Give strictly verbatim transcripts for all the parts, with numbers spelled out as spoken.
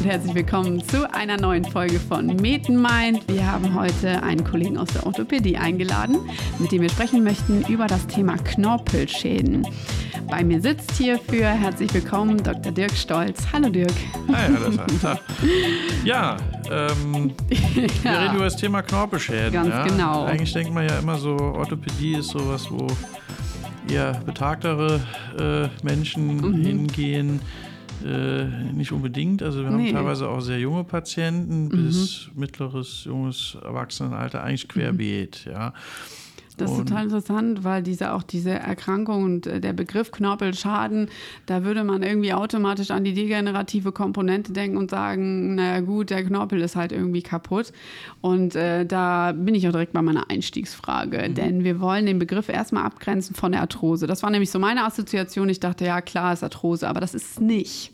und herzlich willkommen zu einer neuen Folge von Metenmind. Wir haben heute einen Kollegen aus der Orthopädie eingeladen, mit dem wir sprechen möchten über das Thema Knorpelschäden. Bei mir sitzt hierfür herzlich willkommen Doktor Dirk Stolz. Hallo Dirk. Hi, hallo Sandra. Ja, ähm, wir ja. reden über das Thema Knorpelschäden. Ganz ja? genau. Eigentlich denkt man ja immer so, Orthopädie ist sowas, wo eher betagtere äh, Menschen mhm. hingehen. Äh, nicht unbedingt, also wir nee. haben teilweise auch sehr junge Patienten mhm. bis mittleres, junges Erwachsenenalter, eigentlich querbeet, mhm. ja. Das ist total interessant, weil diese, auch diese Erkrankung und der Begriff Knorpelschaden, da würde man irgendwie automatisch an die degenerative Komponente denken und sagen, naja gut, der Knorpel ist halt irgendwie kaputt. Und äh, da bin ich auch direkt bei meiner Einstiegsfrage, mhm. denn wir wollen den Begriff erstmal abgrenzen von der Arthrose. Das war nämlich so meine Assoziation. Ich dachte, ja klar, ist Arthrose, aber das ist es nicht.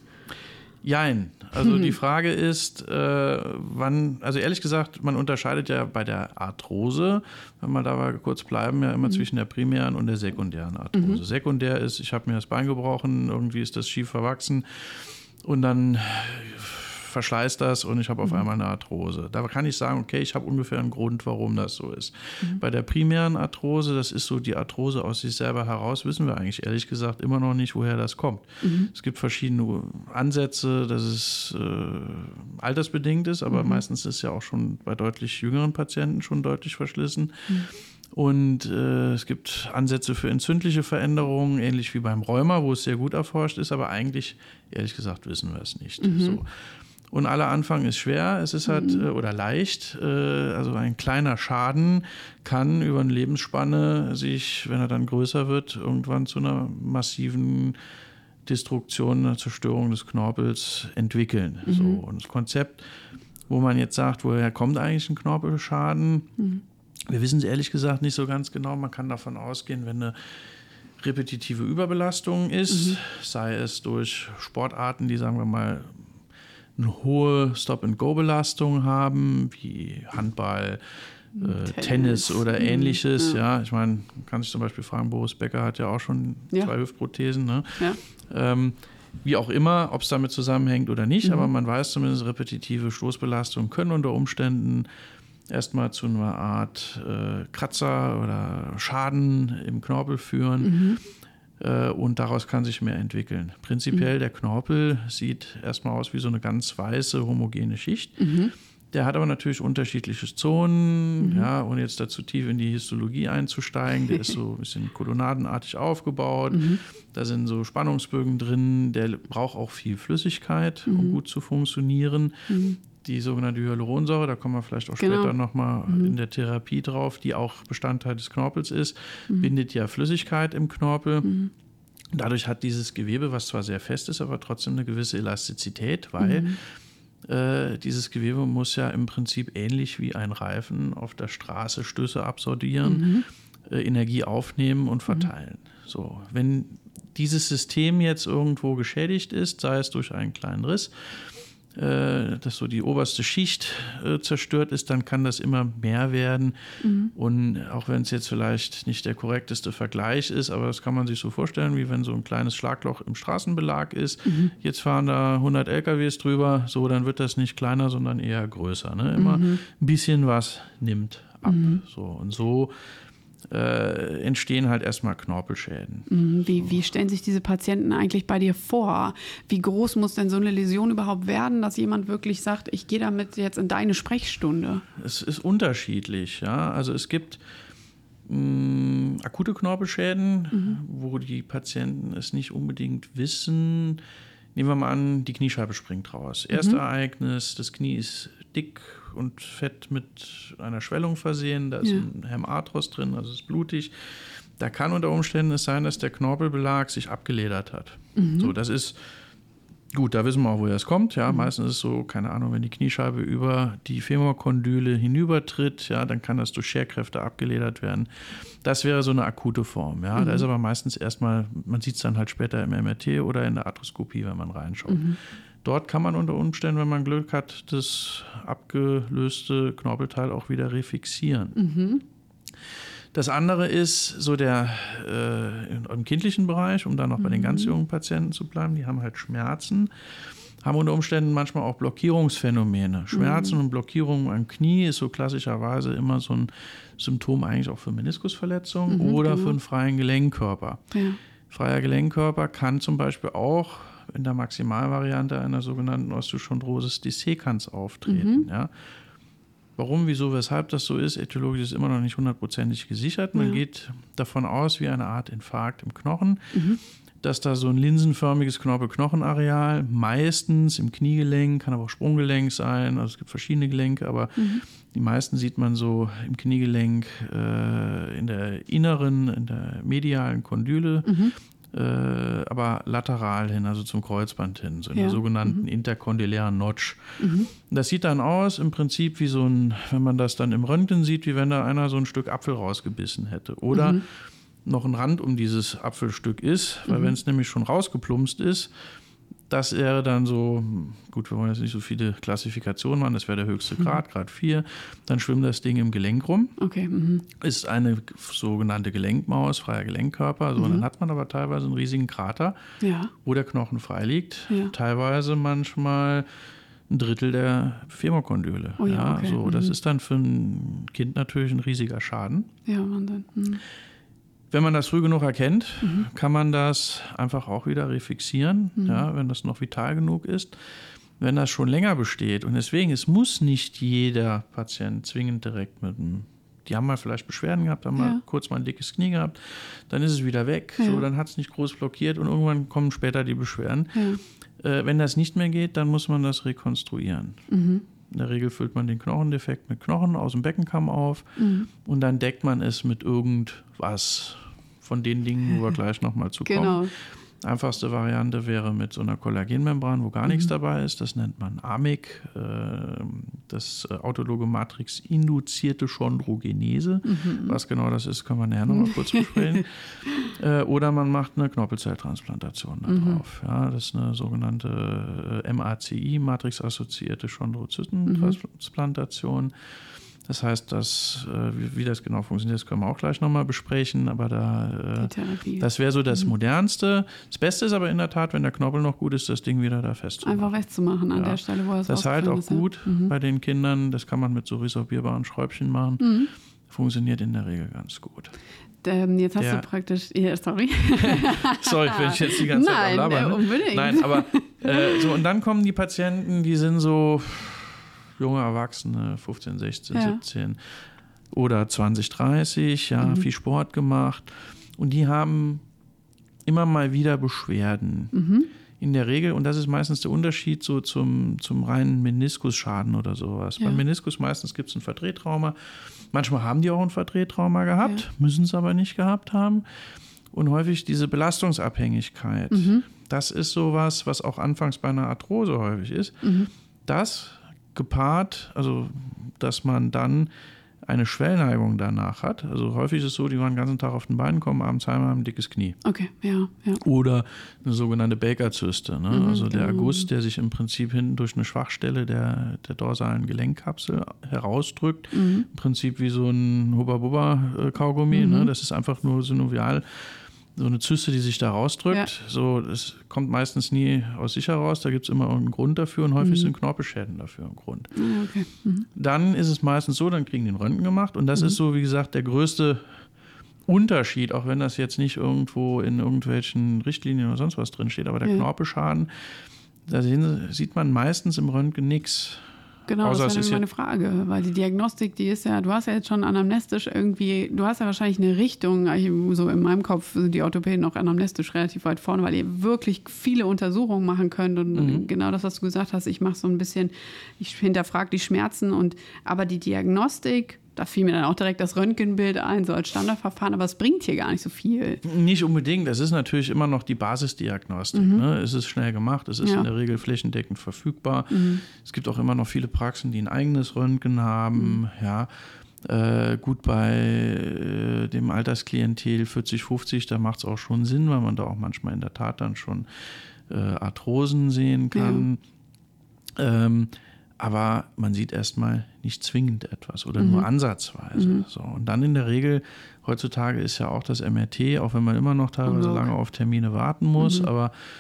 Jein. Also hm. die Frage ist, äh, wann, also ehrlich gesagt, man unterscheidet ja bei der Arthrose, wenn wir da kurz bleiben, ja immer hm. zwischen der primären und der sekundären Arthrose. Mhm. Sekundär ist, ich habe mir das Bein gebrochen, irgendwie ist das schief verwachsen und dann verschleißt das und ich habe auf mhm. einmal eine Arthrose. Da kann ich sagen, okay, ich habe ungefähr einen Grund, warum das so ist. Mhm. Bei der primären Arthrose, das ist so die Arthrose aus sich selber heraus, wissen wir eigentlich ehrlich gesagt immer noch nicht, woher das kommt. Mhm. Es gibt verschiedene Ansätze, dass es äh, altersbedingt ist, aber mhm. meistens ist es ja auch schon bei deutlich jüngeren Patienten schon deutlich verschlissen. Mhm. Und äh, es gibt Ansätze für entzündliche Veränderungen, ähnlich wie beim Rheuma, wo es sehr gut erforscht ist, aber eigentlich, ehrlich gesagt, wissen wir es nicht. Mhm. So. Und aller Anfang ist schwer, es ist halt, mhm. oder leicht, also ein kleiner Schaden kann über eine Lebensspanne sich, wenn er dann größer wird, irgendwann zu einer massiven Destruktion, einer Zerstörung des Knorpels entwickeln. Mhm. So. Und das Konzept, wo man jetzt sagt, woher kommt eigentlich ein Knorpelschaden? Mhm. Wir wissen es ehrlich gesagt nicht so ganz genau. Man kann davon ausgehen, wenn eine repetitive Überbelastung ist, mhm. sei es durch Sportarten, die, sagen wir mal, eine hohe Stop-and-Go-Belastung haben, wie Handball, äh, Tennis. Tennis oder ähnliches. Ja. ja, ich meine, man kann sich zum Beispiel fragen, Boris Becker hat ja auch schon ja. zwei Hüftprothesen. Ne? Ja. Ähm, wie auch immer, ob es damit zusammenhängt oder nicht, mhm. aber man weiß zumindest, repetitive Stoßbelastungen können unter Umständen erstmal zu einer Art äh, Kratzer oder Schaden im Knorpel führen. Mhm. Und daraus kann sich mehr entwickeln. Prinzipiell, mhm. der Knorpel sieht erstmal aus wie so eine ganz weiße, homogene Schicht. Mhm. Der hat aber natürlich unterschiedliche Zonen, mhm. ja, ohne jetzt dazu tief in die Histologie einzusteigen. Der ist so ein bisschen kolonadenartig aufgebaut. Mhm. Da sind so Spannungsbögen drin. Der braucht auch viel Flüssigkeit, mhm. um gut zu funktionieren. Mhm. Die sogenannte Hyaluronsäure, da kommen wir vielleicht auch genau. später nochmal mhm. in der Therapie drauf, die auch Bestandteil des Knorpels ist, mhm. bindet ja Flüssigkeit im Knorpel. Mhm. Dadurch hat dieses Gewebe, was zwar sehr fest ist, aber trotzdem eine gewisse Elastizität, weil mhm. äh, dieses Gewebe muss ja im Prinzip ähnlich wie ein Reifen auf der Straße Stöße absorbieren, mhm. äh, Energie aufnehmen und verteilen. Mhm. So, wenn dieses System jetzt irgendwo geschädigt ist, sei es durch einen kleinen Riss, dass so die oberste Schicht äh, zerstört ist, dann kann das immer mehr werden. Mhm. Und auch wenn es jetzt vielleicht nicht der korrekteste Vergleich ist, aber das kann man sich so vorstellen, wie wenn so ein kleines Schlagloch im Straßenbelag ist. Mhm. Jetzt fahren da hundert L K Ws drüber, so, dann wird das nicht kleiner, sondern eher größer. Ne? Immer mhm. ein bisschen was nimmt ab. Mhm. So, und so Äh, entstehen halt erstmal Knorpelschäden. Wie, wie stellen sich diese Patienten eigentlich bei dir vor? Wie groß muss denn so eine Läsion überhaupt werden, dass jemand wirklich sagt, ich gehe damit jetzt in deine Sprechstunde? Es ist unterschiedlich, ja. Also es gibt mh, akute Knorpelschäden, mhm. wo die Patienten es nicht unbedingt wissen. Nehmen wir mal an, die Kniescheibe springt raus. Mhm. Erstereignis, das Knie ist dick und fett mit einer Schwellung versehen, da ist ja. ein Hämatos drin, also ist blutig. Da kann unter Umständen es sein, dass der Knorpelbelag sich abgeledert hat. Mhm. So, das ist gut, da wissen wir auch, woher es kommt. Ja, mhm. meistens ist es so, keine Ahnung, wenn die Kniescheibe über die Femorkondyle hinübertritt, ja, dann kann das durch Scherkräfte abgeledert werden. Das wäre so eine akute Form. Ja, mhm. da ist aber meistens erstmal, man sieht es dann halt später im M R T oder in der Arthroskopie, wenn man reinschaut. Mhm. Dort kann man unter Umständen, wenn man Glück hat, das abgelöste Knorpelteil auch wieder refixieren. Mhm. Das andere ist so der äh, im kindlichen Bereich, um dann noch mhm. bei den ganz jungen Patienten zu bleiben, die haben halt Schmerzen. haben unter Umständen manchmal auch Blockierungsphänomene. Schmerzen mhm. und Blockierungen am Knie ist so klassischerweise immer so ein Symptom eigentlich auch für Meniskusverletzungen mhm, oder genau. für einen freien Gelenkkörper. Ja. Freier Gelenkkörper kann zum Beispiel auch in der Maximalvariante einer sogenannten Osteochondrosis dissecans auftreten. Mhm. Ja. Warum, wieso, weshalb das so ist, etiologisch ist immer noch nicht hundertprozentig gesichert. Man ja. geht davon aus, wie eine Art Infarkt im Knochen, mhm. dass da so ein linsenförmiges Knorpel-Knochen-Areal, meistens im Kniegelenk, kann aber auch Sprunggelenk sein, also es gibt verschiedene Gelenke, aber mhm. die meisten sieht man so im Kniegelenk, äh, in der inneren, in der medialen Kondyle, mhm. äh, aber lateral hin, also zum Kreuzband hin, so in ja. der sogenannten mhm. interkondylären Notch. Mhm. Das sieht dann aus im Prinzip wie so ein, wenn man das dann im Röntgen sieht, wie wenn da einer so ein Stück Apfel rausgebissen hätte. Oder mhm. noch ein Rand um dieses Apfelstück ist, weil mhm. wenn es nämlich schon rausgeplumpst ist, das wäre dann so, gut, wir wollen jetzt nicht so viele Klassifikationen machen, das wäre der höchste Grad, mhm. Grad vier, dann schwimmt das Ding im Gelenk rum, okay. mhm. ist eine sogenannte Gelenkmaus, freier Gelenkkörper, so, mhm. und dann hat man aber teilweise einen riesigen Krater, ja. wo der Knochen frei liegt, ja. teilweise manchmal ein Drittel der Femorkondyle. Oh ja, ja, okay. so, mhm. Das ist dann für ein Kind natürlich ein riesiger Schaden. Ja, Wahnsinn. Mhm. Wenn man das früh genug erkennt, mhm. kann man das einfach auch wieder refixieren, mhm. ja, wenn das noch vital genug ist. Wenn das schon länger besteht und deswegen, es muss nicht jeder Patient zwingend direkt mit einem, die haben mal vielleicht Beschwerden gehabt, haben ja. mal kurz mal ein dickes Knie gehabt, dann ist es wieder weg, ja. so, dann hat es nicht groß blockiert und irgendwann kommen später die Beschwerden. Ja. Äh, wenn das nicht mehr geht, dann muss man das rekonstruieren. Mhm. In der Regel füllt man den Knochendefekt mit Knochen aus dem Beckenkamm auf mhm. und dann deckt man es mit irgendwas von den Dingen, wo wir gleich nochmal zu kommen. Genau. Einfachste Variante wäre mit so einer Kollagenmembran, wo gar mhm. nichts dabei ist. Das nennt man A M I C, äh, das äh, autologe Matrix-induzierte Chondrogenese. Mhm. Was genau das ist, können wir nachher nochmal kurz besprechen. äh, oder man macht eine Knorpelzelltransplantation da mhm. drauf. Ja, das ist eine sogenannte äh, M A C I, matrixassoziierte Chondrozytentransplantation. Das heißt, dass, äh, wie, wie das genau funktioniert, das können wir auch gleich nochmal besprechen, aber da, äh, das wäre so das mhm. Modernste. Das Beste ist aber in der Tat, wenn der Knorpel noch gut ist, das Ding wieder da festzumachen. Einfach festzumachen an ja. der Stelle, wo es das ist halt auch ist, gut ja. mhm. bei den Kindern, das kann man mit so resorbierbaren Schräubchen machen. Mhm. Funktioniert in der Regel ganz gut. Ähm, jetzt hast der, du praktisch, ja, sorry. sorry, wenn ich jetzt die ganze Nein, Zeit am Labern. Äh, unbedingt. Nein, aber äh, so, und dann kommen die Patienten, die sind so junge Erwachsene, fünfzehn, sechzehn, ja. siebzehn oder zwanzig, dreißig, ja, mhm. viel Sport gemacht. Und die haben immer mal wieder Beschwerden. Mhm. In der Regel, und das ist meistens der Unterschied so zum, zum reinen Meniskusschaden oder sowas. Ja. Beim Meniskus meistens gibt es ein Verdrehtrauma. Manchmal haben die auch ein Verdrehtrauma gehabt, ja. müssen es aber nicht gehabt haben. Und häufig diese Belastungsabhängigkeit, mhm. das ist sowas, was auch anfangs bei einer Arthrose häufig ist. Mhm. Das gepaart, also dass man dann eine Schwellneigung danach hat. Also häufig ist es so, die waren den ganzen Tag auf den Beinen, kommen abends heim, haben ein dickes Knie. Okay, ja, ja. Oder eine sogenannte Baker-Zyste. Ne? Mhm, also der genau. Erguss, der sich im Prinzip hinten durch eine Schwachstelle der, der dorsalen Gelenkkapsel herausdrückt. Mhm. Im Prinzip wie so ein Hubba-Bubba-Kaugummi. Mhm. Ne? Das ist einfach nur synovial. So eine Zyste, die sich da rausdrückt. Ja. So, das kommt meistens nie aus sich heraus. Da gibt es immer irgendeinen Grund dafür und häufig mhm. sind Knorpelschäden dafür ein Grund. Okay. Mhm. Dann ist es meistens so, dann kriegen die einen Röntgen gemacht und das mhm. ist so, wie gesagt, der größte Unterschied, auch wenn das jetzt nicht irgendwo in irgendwelchen Richtlinien oder sonst was drinsteht, aber der ja. Knorpelschaden, da sehen, sieht man meistens im Röntgen nichts. Genau, Außer das wäre meine Frage, weil die Diagnostik, die ist ja, du hast ja jetzt schon anamnestisch irgendwie, du hast ja wahrscheinlich eine Richtung, so in meinem Kopf sind die Orthopäden auch anamnestisch relativ weit vorne, weil ihr wirklich viele Untersuchungen machen könnt und mhm. genau das, was du gesagt hast, ich mache so ein bisschen, ich hinterfrage die Schmerzen und, aber die Diagnostik, da fiel mir dann auch direkt das Röntgenbild ein, so als Standardverfahren, aber es bringt hier gar nicht so viel. Nicht unbedingt, das ist natürlich immer noch die Basisdiagnostik. Mhm. Ne? Es ist schnell gemacht, es ist ja. in der Regel flächendeckend verfügbar. Mhm. Es gibt auch immer noch viele Praxen, die ein eigenes Röntgen haben. Mhm. Ja. Äh, gut, bei äh, dem Altersklientel vierzig, fünfzig, da macht es auch schon Sinn, weil man da auch manchmal in der Tat dann schon äh, Arthrosen sehen kann. Ja. Ähm, aber man sieht erstmal nicht zwingend etwas oder mhm. nur ansatzweise. Mhm. So. Und dann in der Regel, heutzutage ist ja auch das M R T, auch wenn man immer noch teilweise lange auf Termine warten muss, mhm. aber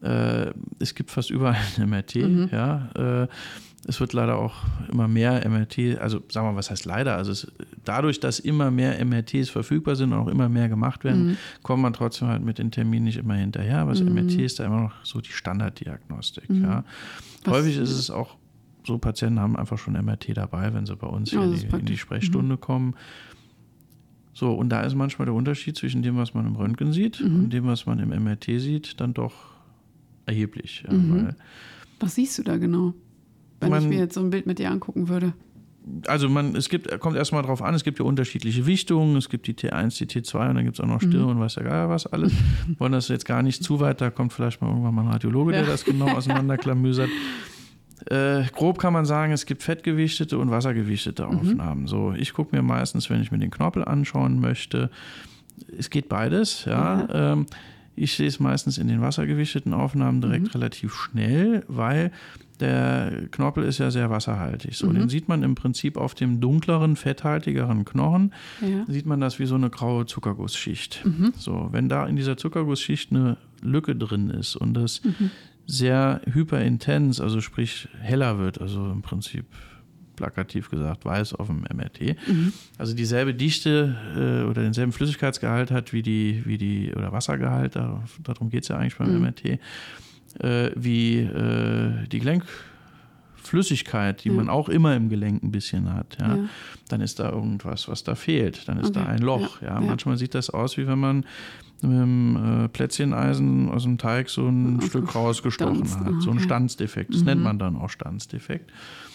Äh, es gibt fast überall ein M R T. Mhm. Ja, äh, es wird leider auch immer mehr M R T, also sagen wir mal, was heißt leider? Also es, dadurch, dass immer mehr M R Ts verfügbar sind und auch immer mehr gemacht werden, mhm. kommt man trotzdem halt mit den Terminen nicht immer hinterher. Aber das mhm. M R T ist da immer noch so die Standarddiagnostik. Mhm. Ja. Häufig ist es auch so, Patienten haben einfach schon M R T dabei, wenn sie bei uns hier oh, in, die, in die Sprechstunde mhm. kommen. So, und da ist manchmal der Unterschied zwischen dem, was man im Röntgen sieht mhm. und dem, was man im M R T sieht, dann doch erheblich. Ja, mhm. weil was siehst du da genau? Wenn man, ich mir jetzt so ein Bild mit dir angucken würde. Also man, es gibt, kommt erstmal drauf an, es gibt ja unterschiedliche Wichtungen, es gibt die T eins, die T zwei und dann gibt es auch noch Stirn mhm. und weiß ja gar was alles. Wir wollen das jetzt gar nicht zu weit, da kommt vielleicht mal irgendwann mal ein Radiologe, ja. der das genau auseinanderklamüsert. Äh, grob kann man sagen, es gibt fettgewichtete und wassergewichtete Aufnahmen. Mhm. So, ich gucke mir meistens, wenn ich mir den Knorpel anschauen möchte, es geht beides, ja. ja. Ähm, ich sehe es meistens in den wassergewichteten Aufnahmen direkt mhm. relativ schnell, weil der Knorpel ist ja sehr wasserhaltig. So, mhm. den sieht man im Prinzip auf dem dunkleren, fetthaltigeren Knochen, ja. sieht man das wie so eine graue Zuckergussschicht. Mhm. So, wenn da in dieser Zuckergussschicht eine Lücke drin ist und das mhm. sehr hyperintens, also sprich heller wird, also im Prinzip plakativ gesagt weiß auf dem M R T, mhm. also dieselbe Dichte äh, oder denselben Flüssigkeitsgehalt hat wie die, wie die oder Wassergehalt, da, darum geht es ja eigentlich beim mhm. M R T, äh, wie äh, die Gelenkflüssigkeit, die ja. man auch immer im Gelenk ein bisschen hat, ja, ja. dann ist da irgendwas, was da fehlt, dann ist okay. da ein Loch. Ja. Ja. Ja. Manchmal sieht das aus, wie wenn man mit dem äh, Plätzcheneisen aus dem Teig so ein Ach, Stück rausgestochen Stanz. hat, so ein okay. Stanzdefekt. Das mhm. nennt man dann auch Stanzdefekt.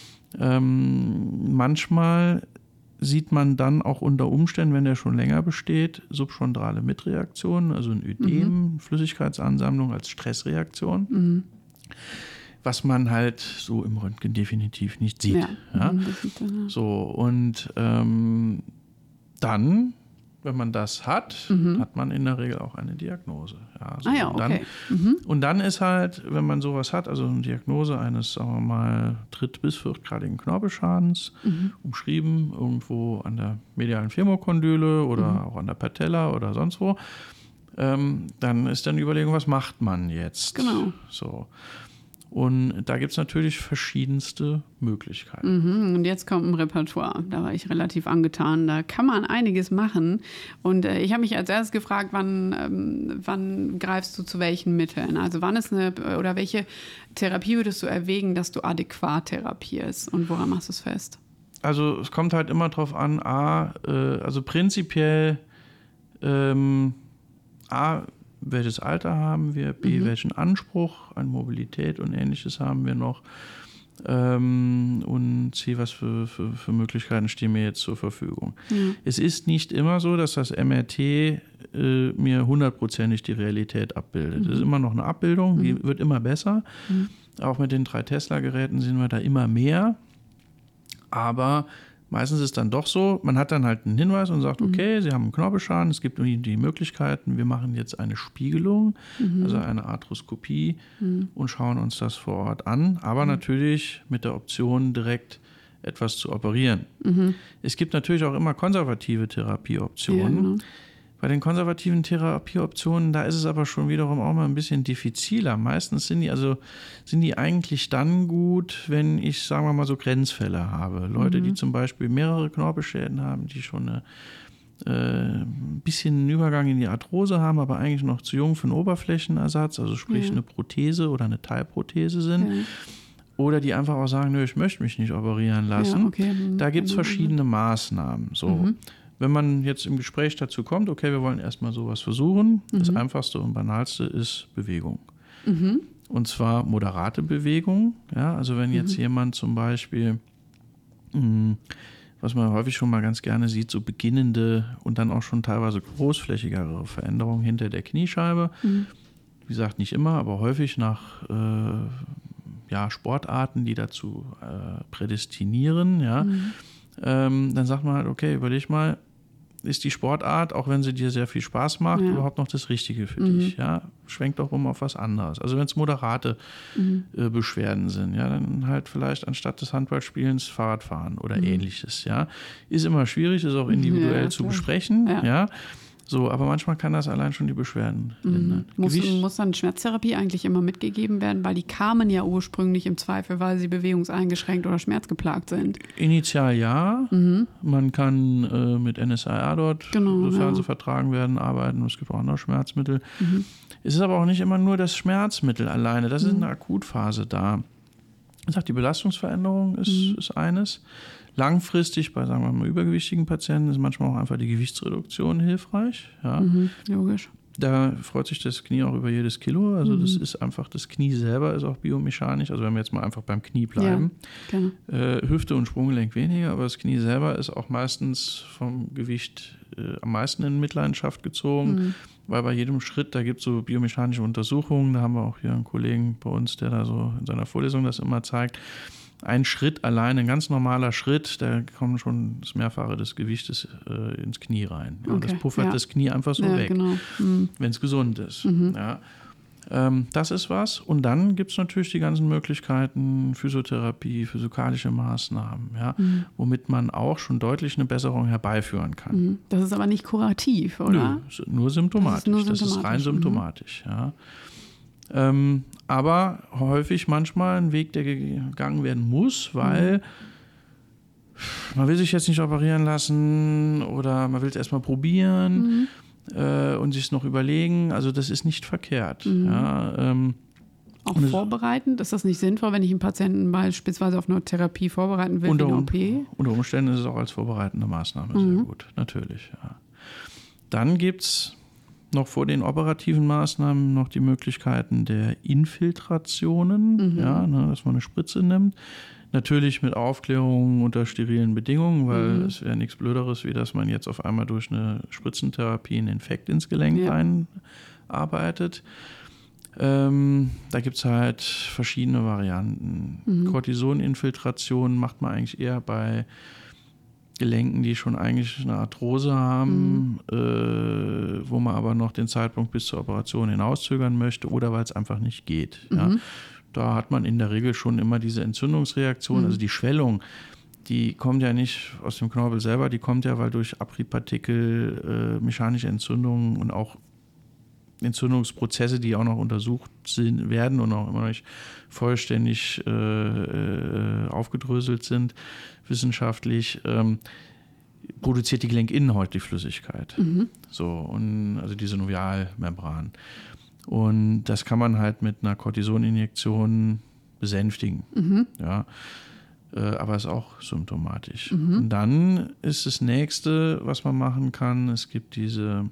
Ähm, manchmal sieht man dann auch unter Umständen, wenn der schon länger besteht, subchondrale Mitreaktionen, also ein Ödem, mhm. Flüssigkeitsansammlung als Stressreaktion, mhm. was man halt so im Röntgen definitiv nicht sieht. Ja. Ja? Mhm, das sieht dann, ja. So, und ähm, dann, wenn man das hat, mhm. hat man in der Regel auch eine Diagnose. Ja, so. Ah ja, und, dann, okay. mhm. und dann ist halt, wenn man sowas hat, also eine Diagnose eines, sagen wir mal, dritt- bis viertgradigen Knorpelschadens, mhm. umschrieben irgendwo an der medialen Femorkondyle oder mhm. auch an der Patella oder sonst wo, ähm, dann ist dann die Überlegung, was macht man jetzt? Genau. So. Und da gibt es natürlich verschiedenste Möglichkeiten. Mhm, und jetzt kommt ein Repertoire. Da war ich relativ angetan. Da kann man einiges machen. Und äh, ich habe mich als erstes gefragt, wann, ähm, wann greifst du zu welchen Mitteln? Also wann ist eine, oder welche Therapie würdest du erwägen, dass du adäquat therapierst? Und woran machst du es fest? Also es kommt halt immer drauf an, A, äh, also prinzipiell ähm, A, welches Alter haben wir, B, mhm. welchen Anspruch an Mobilität und Ähnliches haben wir noch ähm, und C, was für, für, für Möglichkeiten stehen mir jetzt zur Verfügung. Mhm. Es ist nicht immer so, dass das M R T äh, mir hundertprozentig die Realität abbildet. Es mhm. ist immer noch eine Abbildung, mhm. die wird immer besser. Mhm. Auch mit den drei Tesla-Geräten sehen wir da immer mehr, aber meistens ist es dann doch so, man hat dann halt einen Hinweis und sagt, okay, Sie haben einen Knorpelschaden, es gibt die Möglichkeiten, wir machen jetzt eine Spiegelung, mhm. also eine Arthroskopie mhm. und schauen uns das vor Ort an, aber mhm. natürlich mit der Option, direkt etwas zu operieren. Mhm. Es gibt natürlich auch immer konservative Therapieoptionen. Ja, genau. Bei den konservativen Therapieoptionen, da ist es aber schon wiederum auch mal ein bisschen diffiziler. Meistens sind die also sind die eigentlich dann gut, wenn ich, sagen wir mal, so Grenzfälle habe. Leute, mhm. die zum Beispiel mehrere Knorpelschäden haben, die schon eine, äh, ein bisschen einen Übergang in die Arthrose haben, aber eigentlich noch zu jung für einen Oberflächenersatz, also sprich ja. eine Prothese oder eine Teilprothese sind. Ja. Oder die einfach auch sagen, nö, ich möchte mich nicht operieren lassen. Ja, okay. mhm. Da gibt es verschiedene Maßnahmen. So. Mhm. Wenn man jetzt im Gespräch dazu kommt, okay, wir wollen erstmal sowas versuchen, mhm. das Einfachste und Banalste ist Bewegung. Mhm. Und zwar moderate Bewegung. Ja, also wenn jetzt mhm. jemand zum Beispiel, mh, was man häufig schon mal ganz gerne sieht, so beginnende und dann auch schon teilweise großflächigere Veränderungen hinter der Kniescheibe. Mhm. Wie gesagt, nicht immer, aber häufig nach äh, ja, Sportarten, die dazu äh, prädestinieren. Ja. Mhm. Ähm, dann sagt man halt, okay, überleg mal, ist die Sportart, auch wenn sie dir sehr viel Spaß macht, ja. überhaupt noch das Richtige für mhm. dich? Ja? Schwenk doch um auf was anderes. Also wenn es moderate mhm. äh, Beschwerden sind, ja, dann halt vielleicht anstatt des Handballspielens Fahrradfahren oder mhm. Ähnliches. Ja? Ist immer schwierig, ist auch individuell ja, zu besprechen. Ja. Ja? So, aber manchmal kann das allein schon die Beschwerden lindern. Mhm. Muss, muss dann Schmerztherapie eigentlich immer mitgegeben werden, weil die kamen ja ursprünglich im Zweifel, weil sie bewegungseingeschränkt oder schmerzgeplagt sind. Initial ja. Mhm. Man kann äh, mit N S A R dort, genau, sofern ja. sie vertragen werden, arbeiten. Es gibt auch andere Schmerzmittel. Mhm. Es ist aber auch nicht immer nur das Schmerzmittel alleine. Das mhm. ist in der Akutphase da. Ich sage, die Belastungsveränderung ist, mhm. ist eines. Langfristig bei, sagen wir mal, übergewichtigen Patienten ist manchmal auch einfach die Gewichtsreduktion hilfreich. Ja. Mhm, logisch. Da freut sich das Knie auch über jedes Kilo. Also mhm. das ist einfach, das Knie selber ist auch biomechanisch. Also wenn wir jetzt mal einfach beim Knie bleiben. Ja, äh, Hüfte und Sprunggelenk weniger, aber das Knie selber ist auch meistens vom Gewicht äh, am meisten in Mitleidenschaft gezogen. Mhm. Weil bei jedem Schritt, da gibt es so biomechanische Untersuchungen. Da haben wir auch hier einen Kollegen bei uns, der da so in seiner Vorlesung das immer zeigt. Ein Schritt allein, ein ganz normaler Schritt, da kommt schon das Mehrfache des Gewichtes äh, ins Knie rein. Ja, okay, das puffert ja. das Knie einfach so ja, weg, genau. mhm. wenn es gesund ist. Mhm. Ja. Ähm, das ist was. Und dann gibt es natürlich die ganzen Möglichkeiten, Physiotherapie, physikalische Maßnahmen, ja, mhm. womit man auch schon deutlich eine Besserung herbeiführen kann. Mhm. Das ist aber nicht kurativ, oder? Nö, nur symptomatisch. Das ist, nur symptomatisch. Das ist rein symptomatisch, mhm. ja. Ähm, aber häufig manchmal ein Weg, der gegangen werden muss, weil mhm. man will sich jetzt nicht operieren lassen oder man will es erstmal probieren mhm. äh, und sich es noch überlegen. Also das ist nicht verkehrt. Mhm. Ja, ähm, auch vorbereitend? Ist das nicht sinnvoll, wenn ich einen Patienten beispielsweise auf eine Therapie vorbereiten will, unter, wie eine O P? Unter Umständen ist es auch als vorbereitende Maßnahme mhm. sehr gut, natürlich. Ja. Dann gibt es noch vor den operativen Maßnahmen noch die Möglichkeiten der Infiltrationen, mhm. ja, ne, dass man eine Spritze nimmt. Natürlich mit Aufklärung unter sterilen Bedingungen, weil mhm. es wäre nichts Blöderes, wie dass man jetzt auf einmal durch eine Spritzentherapie einen Infekt ins Gelenk ja. einarbeitet. Ähm, da gibt es halt verschiedene Varianten. Mhm. Cortisoninfiltration macht man eigentlich eher bei Gelenken, die schon eigentlich eine Arthrose haben, mhm. äh, wo man aber noch den Zeitpunkt bis zur Operation hinauszögern möchte oder weil es einfach nicht geht. Mhm. Ja. Da hat man in der Regel schon immer diese Entzündungsreaktion, mhm. also die Schwellung, die kommt ja nicht aus dem Knorpel selber, die kommt ja, weil durch Abriebpartikel, äh, mechanische Entzündungen und auch Entzündungsprozesse, die auch noch untersucht sind, werden und auch immer noch nicht vollständig äh, äh, aufgedröselt sind, wissenschaftlich, ähm, produziert die Gelenkinnenhaut die Flüssigkeit. Mhm. So, und, also die Synovialmembran. Und das kann man halt mit einer Cortisoninjektion besänftigen. Mhm. Ja. Äh, aber ist auch symptomatisch. Mhm. Und dann ist das Nächste, was man machen kann, es gibt diese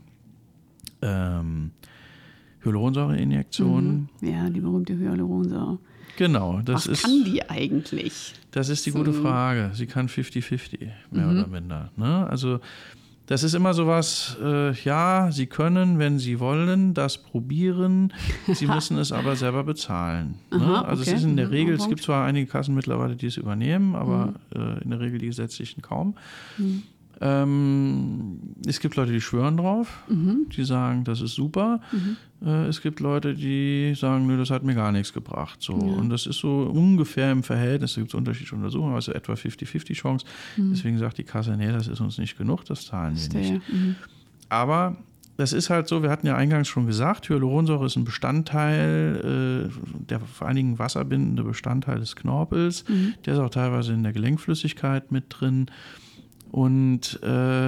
ähm, Hyaluronsäureinjektion. Mhm. Ja, die berühmte Hyaluronsäure. Genau. Das Was ist, kann die eigentlich? Das ist die so. gute Frage. Sie kann fünfzig fünfzig, mehr mhm. oder minder. Ne? Also das ist immer sowas, äh, ja, Sie können, wenn Sie wollen, das probieren. Sie müssen es aber selber bezahlen. Ne? Aha, also okay. es ist in der mhm, Regel, es gibt zwar einige Kassen mittlerweile, die es übernehmen, aber mhm. äh, in der Regel die gesetzlichen kaum. Mhm. Ähm, es gibt Leute, die schwören drauf, mhm. die sagen, das ist super. Mhm. Äh, es gibt Leute, die sagen, nö, das hat mir gar nichts gebracht. So. Ja. Und das ist so ungefähr im Verhältnis, da gibt es unterschiedliche Untersuchungen, also etwa fünfzig fünfzig Chance. Mhm. Deswegen sagt die Kasse, nee, das ist uns nicht genug, das zahlen wir nicht. Mhm. Aber das ist halt so, wir hatten ja eingangs schon gesagt, Hyaluronsäure ist ein Bestandteil, äh, der vor allen Dingen wasserbindende Bestandteil des Knorpels. Mhm. Der ist auch teilweise in der Gelenkflüssigkeit mit drin. Und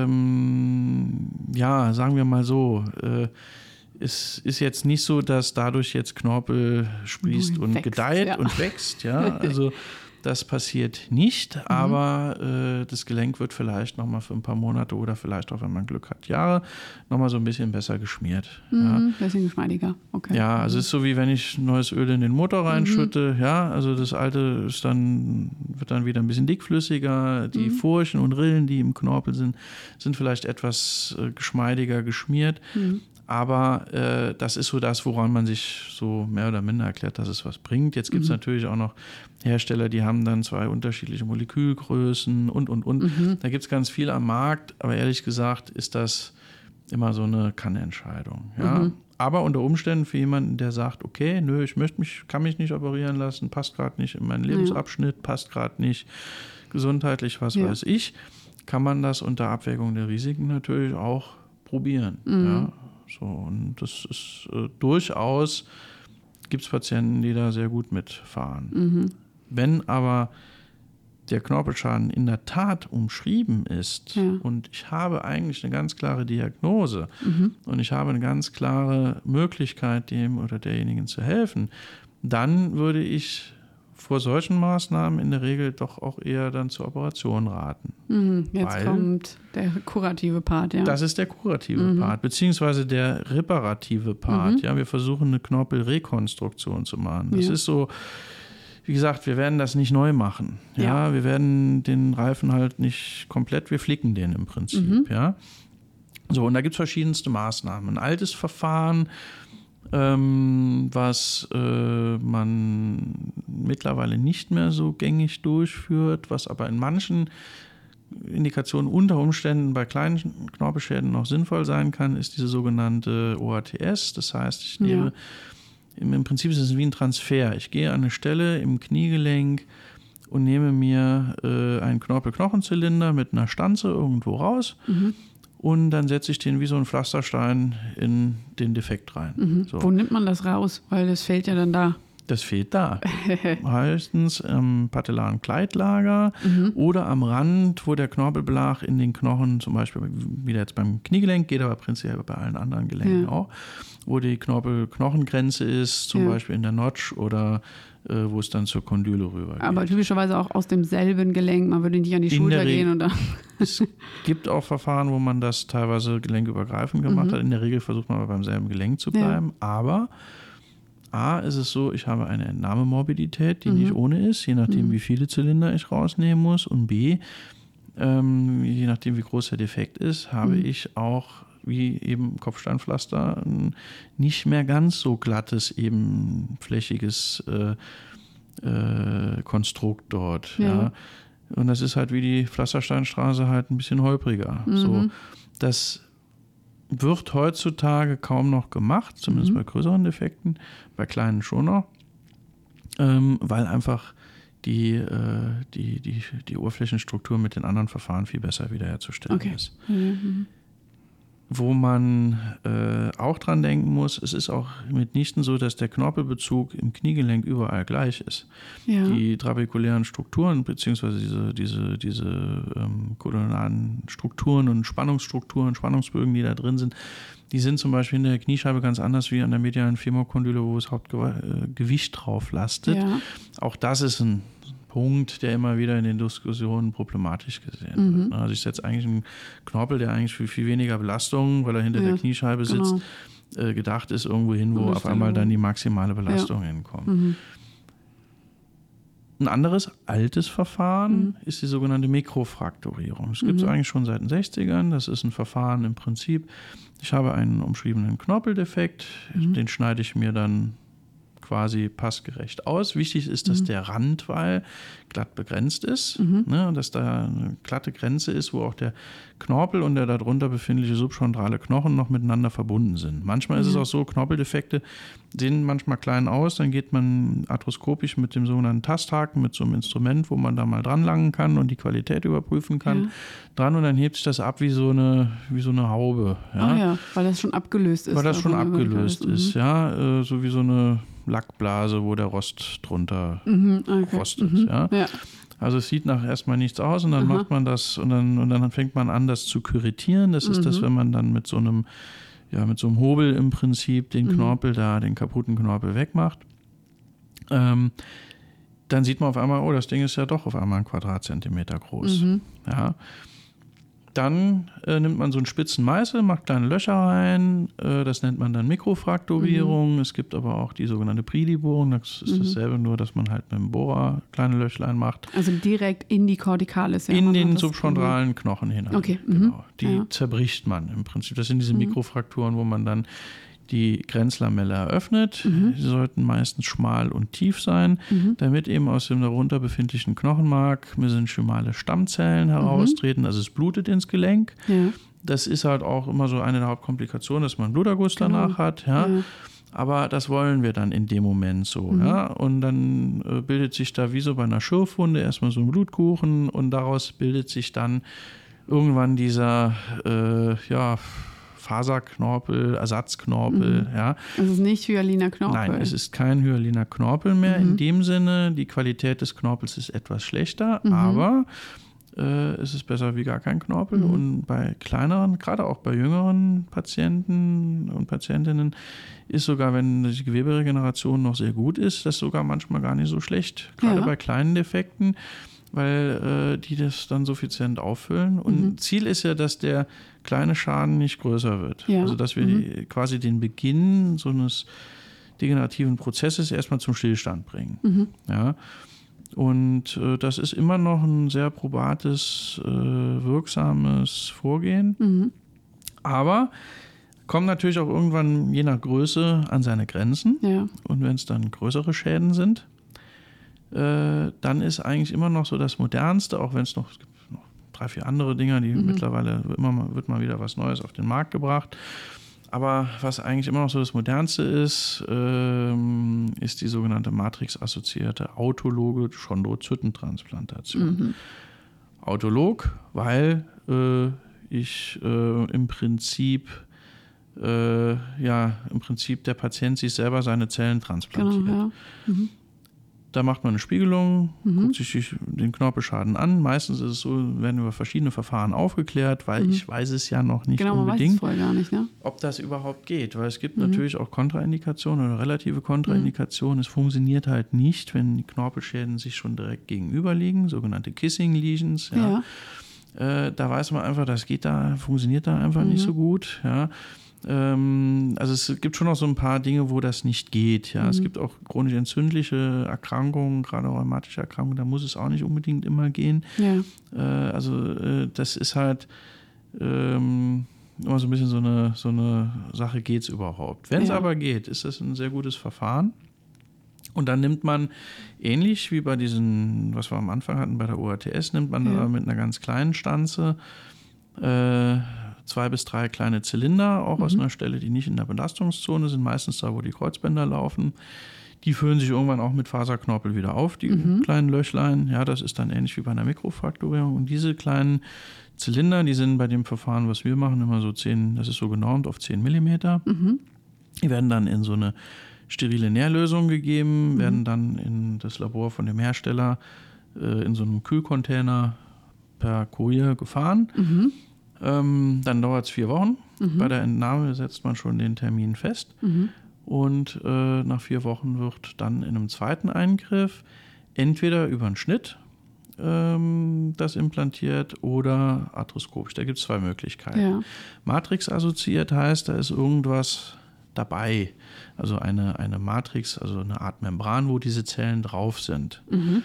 ähm, ja, sagen wir mal so, äh, es ist jetzt nicht so, dass dadurch jetzt Knorpel sprießt und, und wächst, gedeiht ja. und wächst. Ja, also das passiert nicht, mhm. aber äh, das Gelenk wird vielleicht nochmal für ein paar Monate oder vielleicht auch, wenn man Glück hat, Jahre, nochmal so ein bisschen besser geschmiert. Mhm, ja. Ein bisschen geschmeidiger, okay. Ja, also es ist so, wie wenn ich neues Öl in den Motor reinschütte. Mhm. Ja, also das alte ist dann, wird dann wieder ein bisschen dickflüssiger. Die mhm. Furchen und Rillen, die im Knorpel sind, sind vielleicht etwas äh, geschmeidiger geschmiert. Mhm. Aber äh, das ist so das, woran man sich so mehr oder minder erklärt, dass es was bringt. Jetzt gibt es mhm. natürlich auch noch Hersteller, die haben dann zwei unterschiedliche Molekülgrößen und, und, und. Mhm. Da gibt es ganz viel am Markt. Aber ehrlich gesagt ist das immer so eine Kannentscheidung. Ja? Mhm. Aber unter Umständen für jemanden, der sagt, okay, nö, ich möchte mich, kann mich nicht operieren lassen, passt gerade nicht in meinen Lebensabschnitt, ja. passt gerade nicht gesundheitlich, was ja. weiß ich, kann man das unter Abwägung der Risiken natürlich auch probieren. Mhm. Ja? So, und das ist äh, durchaus, gibt es Patienten, die da sehr gut mitfahren. Mhm. Wenn aber der Knorpelschaden in der Tat umschrieben ist ja. und ich habe eigentlich eine ganz klare Diagnose mhm. und ich habe eine ganz klare Möglichkeit, dem oder derjenigen zu helfen, dann würde ich vor solchen Maßnahmen in der Regel doch auch eher dann zur Operation raten. Mhm. Jetzt Weil kommt der kurative Part, ja. Das ist der kurative mhm. Part, beziehungsweise der reparative Part. Mhm. Ja, wir versuchen eine Knorpelrekonstruktion zu machen. Das ja. ist so, wie gesagt, wir werden das nicht neu machen. Ja, ja. wir werden den Reifen halt nicht komplett, wir flicken den im Prinzip. Mhm. Ja, so, und da gibt es verschiedenste Maßnahmen. Ein altes Verfahren, ähm, was äh, man mittlerweile nicht mehr so gängig durchführt, was aber in manchen Indikationen unter Umständen bei kleinen Knorpelschäden noch sinnvoll sein kann, ist diese sogenannte O A T S. Das heißt, ich nehme ja. Im Prinzip ist es wie ein Transfer. Ich gehe an eine Stelle im Kniegelenk und nehme mir äh, einen Knorpel-Knochenzylinder mit einer Stanze irgendwo raus mhm. und dann setze ich den wie so einen Pflasterstein in den Defekt rein. Mhm. So. Wo nimmt man das raus? Weil das fehlt ja dann da. Das fehlt da. Meistens am patellaren Kleidlager mhm. oder am Rand, wo der Knorpelbelag in den Knochen, zum Beispiel wieder jetzt beim Kniegelenk, geht aber prinzipiell bei allen anderen Gelenken ja. auch, wo die Knorpel-Knochengrenze ist, zum ja. Beispiel in der Notch oder äh, wo es dann zur Kondyle rüber geht. Aber typischerweise auch aus demselben Gelenk. Man würde nicht an die in Schulter gehen. Und dann es gibt auch Verfahren, wo man das teilweise gelenkübergreifend gemacht mhm. hat. In der Regel versucht man aber beim selben Gelenk zu bleiben. Ja. Aber A, ist es so, ich habe eine Entnahmemorbidität, die mhm. nicht ohne ist, je nachdem, mhm. wie viele Zylinder ich rausnehmen muss. Und B, ähm, je nachdem, wie groß der Defekt ist, habe mhm. ich auch, wie eben Kopfsteinpflaster, ein nicht mehr ganz so glattes, eben flächiges äh, äh, Konstrukt dort. Ja. Ja. Und das ist halt wie die Pflastersteinstraße halt ein bisschen holpriger. Mhm. So, das wird heutzutage kaum noch gemacht, zumindest mhm. bei größeren Defekten, bei kleinen schon noch, ähm, weil einfach die, äh, die, die, die Oberflächenstruktur mit den anderen Verfahren viel besser wiederherzustellen okay. ist. Mhm. Wo man äh, auch dran denken muss, es ist auch mitnichten so, dass der Knorpelbezug im Kniegelenk überall gleich ist. Ja. Die trabekulären Strukturen beziehungsweise diese, diese, diese ähm, kolonalen Strukturen und Spannungsstrukturen, Spannungsbögen, die da drin sind, die sind zum Beispiel in der Kniescheibe ganz anders wie an der medialen Femorkondyle, wo das Hauptgewicht drauf lastet. Ja. Auch das ist ein Punkt, der immer wieder in den Diskussionen problematisch gesehen mhm. wird. Also ich setze eigentlich einen Knorpel, der eigentlich für viel weniger Belastung, weil er hinter ja, der Kniescheibe sitzt, genau. äh, gedacht ist, irgendwo hin, wo auf einmal dann die maximale Belastung ja. hinkommt. Mhm. Ein anderes altes Verfahren mhm. ist die sogenannte Mikrofrakturierung. Das gibt es mhm. eigentlich schon seit den sechzigern. Das ist ein Verfahren im Prinzip, ich habe einen umschriebenen Knorpeldefekt, mhm. den schneide ich mir dann quasi passgerecht aus. Wichtig ist, dass mhm. der Randwall glatt begrenzt ist, mhm. ne, dass da eine glatte Grenze ist, wo auch der Knorpel und der darunter befindliche subchondrale Knochen noch miteinander verbunden sind. Manchmal mhm. ist es auch so, Knorpeldefekte sehen manchmal klein aus, dann geht man arthroskopisch mit dem sogenannten Tasthaken, mit so einem Instrument, wo man da mal dran langen kann und die Qualität überprüfen kann, ja. dran und dann hebt sich das ab wie so eine, wie so eine Haube. Ja. Ah ja, weil das schon abgelöst ist. Weil das schon abgelöst ist, mhm. ja, äh, so wie so eine Lackblase, wo der Rost drunter mhm, okay. rostet. Mhm, ja. ja. Also es sieht nach erstmal nichts aus und dann Aha. macht man das und dann, und dann fängt man an, das zu kuritieren. Das ist mhm. das, wenn man dann mit so einem, ja, mit so einem Hobel im Prinzip den mhm. Knorpel da, den kaputten Knorpel wegmacht. Ähm, dann sieht man auf einmal, oh, das Ding ist ja doch auf einmal ein Quadratzentimeter groß. Mhm. Ja. Dann äh, nimmt man so einen spitzen Meißel, macht kleine Löcher rein, äh, das nennt man dann Mikrofrakturierung. Mhm. Es gibt aber auch die sogenannte Pridi-Bohrung, das ist mhm. dasselbe, nur dass man halt mit dem Bohrer kleine Löchlein macht. Also direkt in die Corticalis. Ja, in den subchondralen Knochen hinein. Okay. Genau. Mhm. Die ja. zerbricht man im Prinzip. Das sind diese mhm. Mikrofrakturen, wo man dann die Grenzlamelle eröffnet. Mhm. Sie sollten meistens schmal und tief sein, mhm. damit eben aus dem darunter befindlichen Knochenmark mesenchymale Stammzellen heraustreten. Mhm. Also es blutet ins Gelenk. Ja. Das ist halt auch immer so eine der Hauptkomplikationen, dass man einen Bluterguss genau. danach hat. Ja. Ja. Aber das wollen wir dann in dem Moment so. Mhm. Ja. Und dann äh, bildet sich da wie so bei einer Schürfwunde erstmal so ein Blutkuchen und daraus bildet sich dann irgendwann dieser, äh, ja, Faserknorpel, Ersatzknorpel. Mhm. Ja. Es ist nicht Hyaliner Knorpel. Nein, es ist kein Hyaliner Knorpel mehr mhm. in dem Sinne. Die Qualität des Knorpels ist etwas schlechter, mhm. aber äh, es ist besser wie gar kein Knorpel. Mhm. Und bei kleineren, gerade auch bei jüngeren Patienten und Patientinnen, ist sogar, wenn die Geweberegeneration noch sehr gut ist, das sogar manchmal gar nicht so schlecht. Gerade ja. bei kleinen Defekten, weil äh, die das dann suffizient auffüllen. Und mhm. Ziel ist ja, dass der kleine Schaden nicht größer wird. Ja. Also dass wir mhm. die, quasi den Beginn so eines degenerativen Prozesses erstmal zum Stillstand bringen. Mhm. Ja. Und äh, das ist immer noch ein sehr probates, äh, wirksames Vorgehen. Mhm. Aber kommt natürlich auch irgendwann je nach Größe an seine Grenzen. Ja. Und wenn es dann größere Schäden sind, äh, dann ist eigentlich immer noch so das Modernste, auch wenn es noch, es gibt noch drei, vier andere Dinger, die mhm. mittlerweile immer mal, wird mal wieder was Neues auf den Markt gebracht. Aber was eigentlich immer noch so das Modernste ist, ähm, ist die sogenannte matrixassoziierte autologe Chondrozytentransplantation. Mhm. Autolog, weil äh, ich äh, im Prinzip Äh, ja, im Prinzip der Patient sich selber seine Zellen transplantiert. Genau, ja. mhm. Da macht man eine Spiegelung, mhm. guckt sich den Knorpelschaden an. Meistens ist es so, werden über verschiedene Verfahren aufgeklärt, weil mhm. ich weiß es ja noch nicht genau, unbedingt, man weiß es gar nicht, ne? ob das überhaupt geht. Weil es gibt mhm. natürlich auch Kontraindikationen oder relative Kontraindikationen. Mhm. Es funktioniert halt nicht, wenn die Knorpelschäden sich schon direkt gegenüber liegen, sogenannte Kissing Lesions. Ja. Ja. Äh, da weiß man einfach, das geht da, funktioniert da einfach mhm. nicht so gut. Ja. Also es gibt schon noch so ein paar Dinge, wo das nicht geht. Ja. Mhm. Es gibt auch chronisch entzündliche Erkrankungen, gerade rheumatische Erkrankungen, da muss es auch nicht unbedingt immer gehen. Ja. Also das ist halt ähm, immer so ein bisschen so eine, so eine Sache, geht es überhaupt. Wenn es ja. aber geht, ist das ein sehr gutes Verfahren. Und dann nimmt man, ähnlich wie bei diesen, was wir am Anfang hatten bei der O R T S, nimmt man ja. mit einer ganz kleinen Stanze äh, zwei bis drei kleine Zylinder, auch mhm. aus einer Stelle, die nicht in der Belastungszone sind, meistens da, wo die Kreuzbänder laufen. Die füllen sich irgendwann auch mit Faserknorpel wieder auf, die mhm. kleinen Löchlein. Ja, das ist dann ähnlich wie bei einer Mikrofrakturierung. Und diese kleinen Zylinder, die sind bei dem Verfahren, was wir machen, immer so zehn, das ist so genormt auf zehn Millimeter. Mhm. Die werden dann in so eine sterile Nährlösung gegeben, mhm. werden dann in das Labor von dem Hersteller äh, in so einem Kühlcontainer per Kurier gefahren. Mhm. Ähm, dann dauert es vier Wochen. Mhm. Bei der Entnahme setzt man schon den Termin fest. Mhm. Und äh, nach vier Wochen wird dann in einem zweiten Eingriff entweder über einen Schnitt ähm, das implantiert oder arthroskopisch. Da gibt es zwei Möglichkeiten. Ja. Matrix assoziiert heißt, da ist irgendwas dabei. Also eine, eine Matrix, also eine Art Membran, wo diese Zellen drauf sind. Mhm.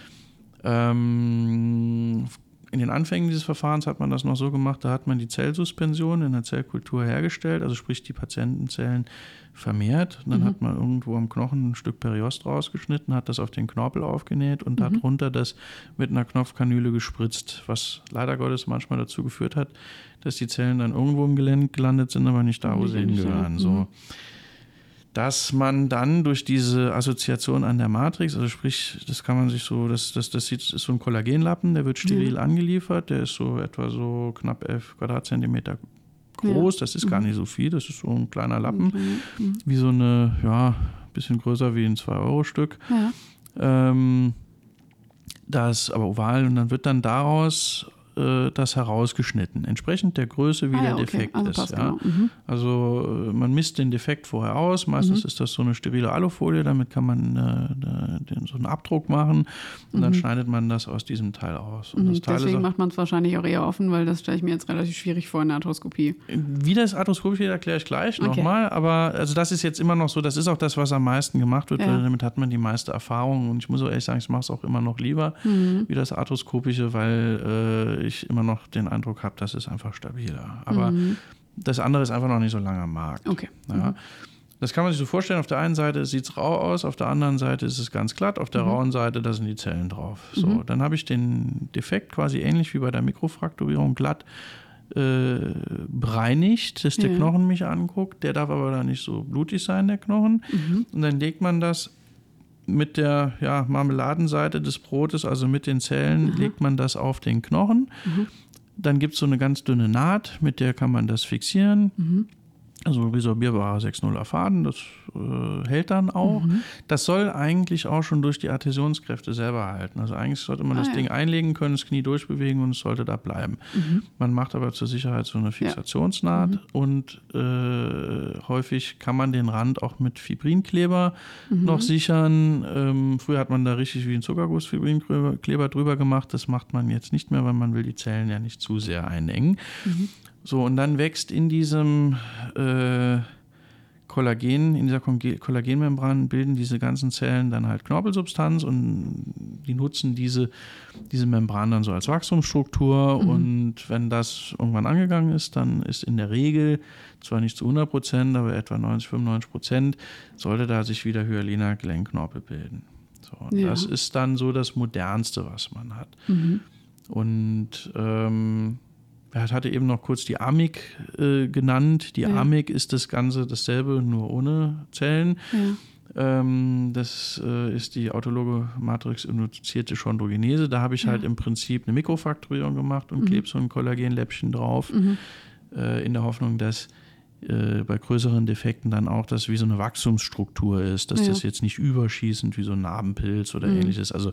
Ähm, In den Anfängen dieses Verfahrens hat man das noch so gemacht, da hat man die Zellsuspension in der Zellkultur hergestellt, also sprich die Patientenzellen vermehrt. Und dann mhm. hat man irgendwo am Knochen ein Stück Periost rausgeschnitten, hat das auf den Knorpel aufgenäht und mhm. darunter das mit einer Knopfkanüle gespritzt, was leider Gottes manchmal dazu geführt hat, dass die Zellen dann irgendwo im Gelände gelandet sind, aber nicht da, wo sie hingehören. Mhm. So. Dass man dann durch diese Assoziation an der Matrix, also sprich, das kann man sich so, das, das, das ist so ein Kollagenlappen, der wird steril ja. angeliefert, der ist so etwa so knapp elf Quadratzentimeter groß, ja. das ist mhm. gar nicht so viel, das ist so ein kleiner Lappen, mhm. wie so eine, ja, bisschen größer wie ein zwei Euro Stück. Ja. Ähm, das aber oval und dann wird dann daraus das herausgeschnitten, entsprechend der Größe, wie ah, der ja, Defekt okay. also ist. Ja. Genau. Mhm. Also man misst den Defekt vorher aus, meistens mhm. ist das so eine sterile Alufolie, damit kann man äh, den, so einen Abdruck machen und mhm. dann schneidet man das aus diesem Teil aus. Und mhm. das Teil Deswegen ist auch, macht man es wahrscheinlich auch eher offen, weil das stelle ich mir jetzt relativ schwierig vor in der Arthroskopie. Wie das arthroskopisch geht, erkläre ich gleich okay. nochmal, aber also das ist jetzt immer noch so, das ist auch das, was am meisten gemacht wird, ja. weil damit hat man die meiste Erfahrung und ich muss auch ehrlich sagen, ich mache es auch immer noch lieber, mhm. wie das arthroskopische, weil äh, ich immer noch den Eindruck habe, das ist einfach stabiler. Aber mhm. das andere ist einfach noch nicht so lange am Markt. Okay. Ja. Mhm. Das kann man sich so vorstellen, auf der einen Seite sieht es rau aus, auf der anderen Seite ist es ganz glatt, auf der mhm. rauen Seite, da sind die Zellen drauf. So, mhm. dann habe ich den Defekt quasi ähnlich wie bei der Mikrofrakturierung glatt äh, bereinigt, dass der ja. Knochen mich anguckt. Der darf aber dann nicht so blutig sein, der Knochen. Mhm. Und dann legt man das mit der ja, Marmeladenseite des Brotes, also mit den Zellen, mhm. legt man das auf den Knochen. Mhm. Dann gibt es so eine ganz dünne Naht, mit der kann man das fixieren. Mhm. Also resorbierbarer sechs nuller Faden, das äh, hält dann auch. Mhm. Das soll eigentlich auch schon durch die Adhäsionskräfte selber halten. Also eigentlich sollte man ah, das ja. Ding einlegen können, das Knie durchbewegen und es sollte da bleiben. Mhm. Man macht aber zur Sicherheit so eine Fixationsnaht ja. mhm. und äh, häufig kann man den Rand auch mit Fibrinkleber mhm. noch sichern. Ähm, früher hat man da richtig wie ein Zuckerguss Fibrinkleber drüber gemacht. Das macht man jetzt nicht mehr, weil man will die Zellen ja nicht zu sehr einengen. Mhm. So, und dann wächst in diesem äh, Kollagen, in dieser Kollagenmembran bilden diese ganzen Zellen dann halt Knorpelsubstanz und die nutzen diese, diese Membran dann so als Wachstumsstruktur. Mhm. Und wenn das irgendwann angegangen ist, dann ist in der Regel, zwar nicht zu hundert Prozent, aber etwa neunzig, fünfundneunzig Prozent, sollte da sich wieder hyaliner Gelenkknorpel bilden. So, und ja. das ist dann so das Modernste, was man hat. Mhm. Und ähm, er hatte eben noch kurz die A M I C äh, genannt. Die ja. A M I C ist das Ganze dasselbe, nur ohne Zellen. Ja. Ähm, das äh, ist die autologe matrixinduzierte Chondrogenese. Da habe ich ja. halt im Prinzip eine Mikrofrakturierung gemacht und mhm. klebe so ein Kollagenläppchen drauf, mhm. äh, in der Hoffnung, dass äh, bei größeren Defekten dann auch das wie so eine Wachstumsstruktur ist, dass ja. das jetzt nicht überschießend wie so ein Narbenpilz oder mhm. ähnliches. Also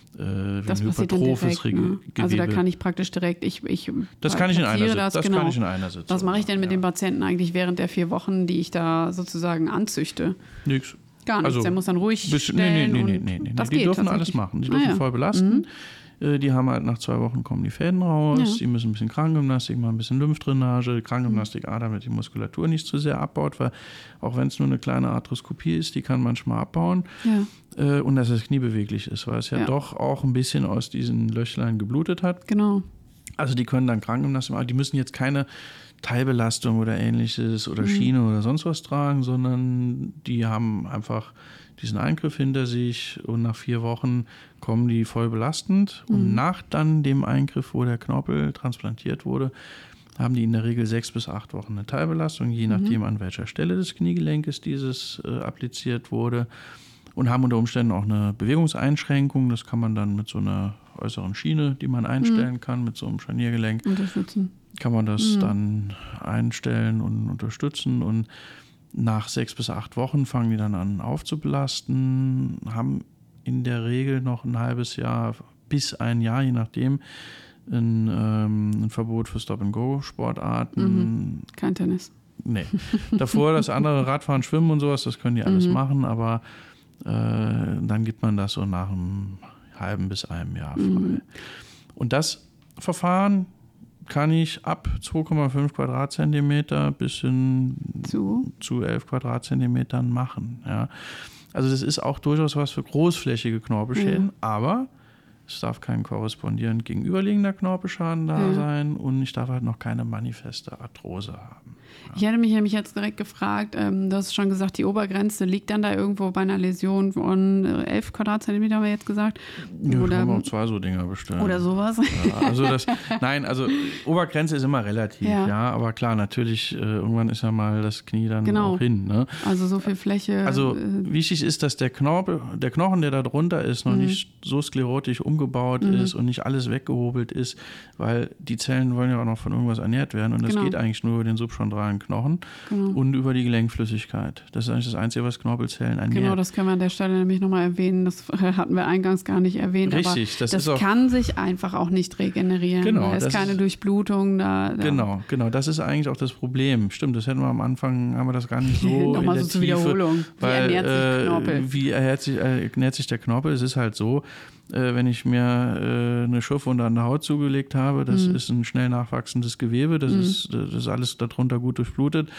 Äh, das passiert dann direkt, ne? Also da kann ich praktisch direkt, ich, ich das kann ich in einer das, das genau. kann ich in einer Sitzung. Was mache ich denn mit ja. dem Patienten eigentlich während der vier Wochen, die ich da sozusagen anzüchte? Nix. Gar nichts, also, der muss dann ruhig bis, stellen. Nee, nee, nee, nee, nee. Das Die geht dürfen alles machen, die dürfen ah, ja. voll belasten. Mhm. Die haben halt nach zwei Wochen kommen die Fäden raus, ja. die müssen ein bisschen Krankengymnastik machen, ein bisschen Lymphdrainage, Krankengymnastik A, damit die Muskulatur nicht zu sehr abbaut, weil auch wenn es nur eine kleine Arthroskopie ist, die kann manchmal abbauen. Ja. Und dass das Knie beweglich ist, weil es ja, ja doch auch ein bisschen aus diesen Löchlein geblutet hat. Genau. Also die können dann Krankengymnastik machen, die müssen jetzt keine Teilbelastung oder ähnliches oder mhm. Schiene oder sonst was tragen, sondern die haben einfach diesen Eingriff hinter sich und nach vier Wochen kommen die voll belastend. Mhm. Und nach dann dem Eingriff, wo der Knorpel transplantiert wurde, haben die in der Regel sechs bis acht Wochen eine Teilbelastung, je nachdem, mhm. an welcher Stelle des Kniegelenkes dieses äh, appliziert wurde. Und haben unter Umständen auch eine Bewegungseinschränkung. Das kann man dann mit so einer äußeren Schiene, die man einstellen mhm. kann, mit so einem Scharniergelenk, unterstützen. Kann man das mhm. dann einstellen und unterstützen. Und nach sechs bis acht Wochen fangen die dann an aufzubelasten, haben in der Regel noch ein halbes Jahr bis ein Jahr, je nachdem, ein, ähm, ein Verbot für Stop-and-Go-Sportarten. Mhm. Kein Tennis. Nee. Davor das andere Radfahren, Schwimmen und sowas, das können die alles mhm. machen, aber äh, dann gibt man das so nach einem halben bis einem Jahr frei. Mhm. Und das Verfahren kann ich ab zwei Komma fünf Quadratzentimeter bis hin zu, zu elf Quadratzentimetern machen. Ja. Also das ist auch durchaus was für großflächige Knorpelschäden, ja. aber es darf kein korrespondierend gegenüberliegender Knorpelschaden da ja. sein und ich darf halt noch keine manifeste Arthrose haben. Ja. Ich hätte mich nämlich jetzt direkt gefragt, ähm, du hast schon gesagt, die Obergrenze liegt dann da irgendwo bei einer Läsion von elf Quadratzentimeter, haben wir jetzt gesagt. Ja, oder kann man auch zwei so Dinger bestellen. Oder sowas. Ja, also das, nein, also Obergrenze ist immer relativ, ja, ja aber klar, natürlich, äh, irgendwann ist ja mal das Knie dann genau. auch hin. Ne? Also so viel Fläche. Also äh, wichtig ist, dass der Knorpel, der Knochen, der da drunter ist, noch mhm. nicht so sklerotisch umgebaut mhm. ist und nicht alles weggehobelt ist, weil die Zellen wollen ja auch noch von irgendwas ernährt werden und das genau. geht eigentlich nur über den subchondralen Knochen genau. und über die Gelenkflüssigkeit. Das ist eigentlich das Einzige, was Knorpelzellen ernährt. Genau, das können wir an der Stelle nämlich nochmal erwähnen. Das hatten wir eingangs gar nicht erwähnt. Richtig, aber das, das ist auch, kann sich einfach auch nicht regenerieren. Genau, da ist keine ist, Durchblutung da, da. Genau, genau. Das ist eigentlich auch das Problem. Stimmt, das hätten wir am Anfang, haben wir das gar nicht so nochmal in so der zur Tiefe, Wiederholung. Weil, wie ernährt sich Knorpel? Äh, wie ernährt sich, äh, ernährt sich der Knorpel? Es ist halt so, äh, wenn ich mir äh, eine Schürfwunde an der Haut zugelegt habe, das mhm. ist ein schnell nachwachsendes Gewebe, das, mhm. ist, das ist alles darunter gut durchblutet.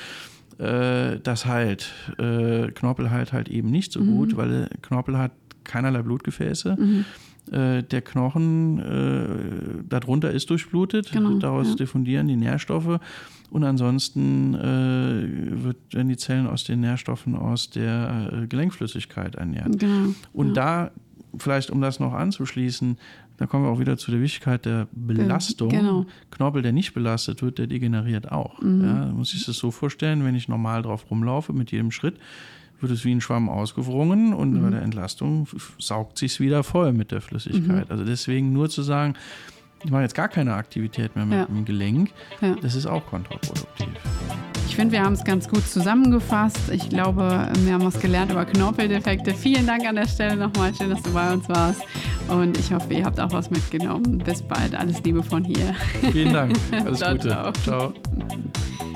Das heilt. Knorpel heilt halt eben nicht so mhm. gut, weil Knorpel hat keinerlei Blutgefäße. Mhm. Der Knochen äh, darunter ist durchblutet, genau, daraus ja. diffundieren die Nährstoffe und ansonsten äh, wird, werden die Zellen aus den Nährstoffen aus der äh, Gelenkflüssigkeit ernährt. Genau, und ja. da, vielleicht um das noch anzuschließen, da kommen wir auch wieder zu der Wichtigkeit der Belastung. Genau. Knorpel, der nicht belastet wird, der degeneriert auch. Mhm. Ja, da muss ich das so vorstellen, wenn ich normal drauf rumlaufe, mit jedem Schritt, wird es wie ein Schwamm ausgewrungen und mhm. bei der Entlastung saugt sich es wieder voll mit der Flüssigkeit. Mhm. Also deswegen nur zu sagen, ich mache jetzt gar keine Aktivität mehr mit ja. dem Gelenk, ja. das ist auch kontraproduktiv. Ich finde, wir haben es ganz gut zusammengefasst. Ich glaube, wir haben was gelernt über Knorpeldefekte. Vielen Dank an der Stelle nochmal. Schön, dass du bei uns warst. Und ich hoffe, ihr habt auch was mitgenommen. Bis bald. Alles Liebe von hier. Vielen Dank. Alles ciao, Gute. Ciao. Ciao.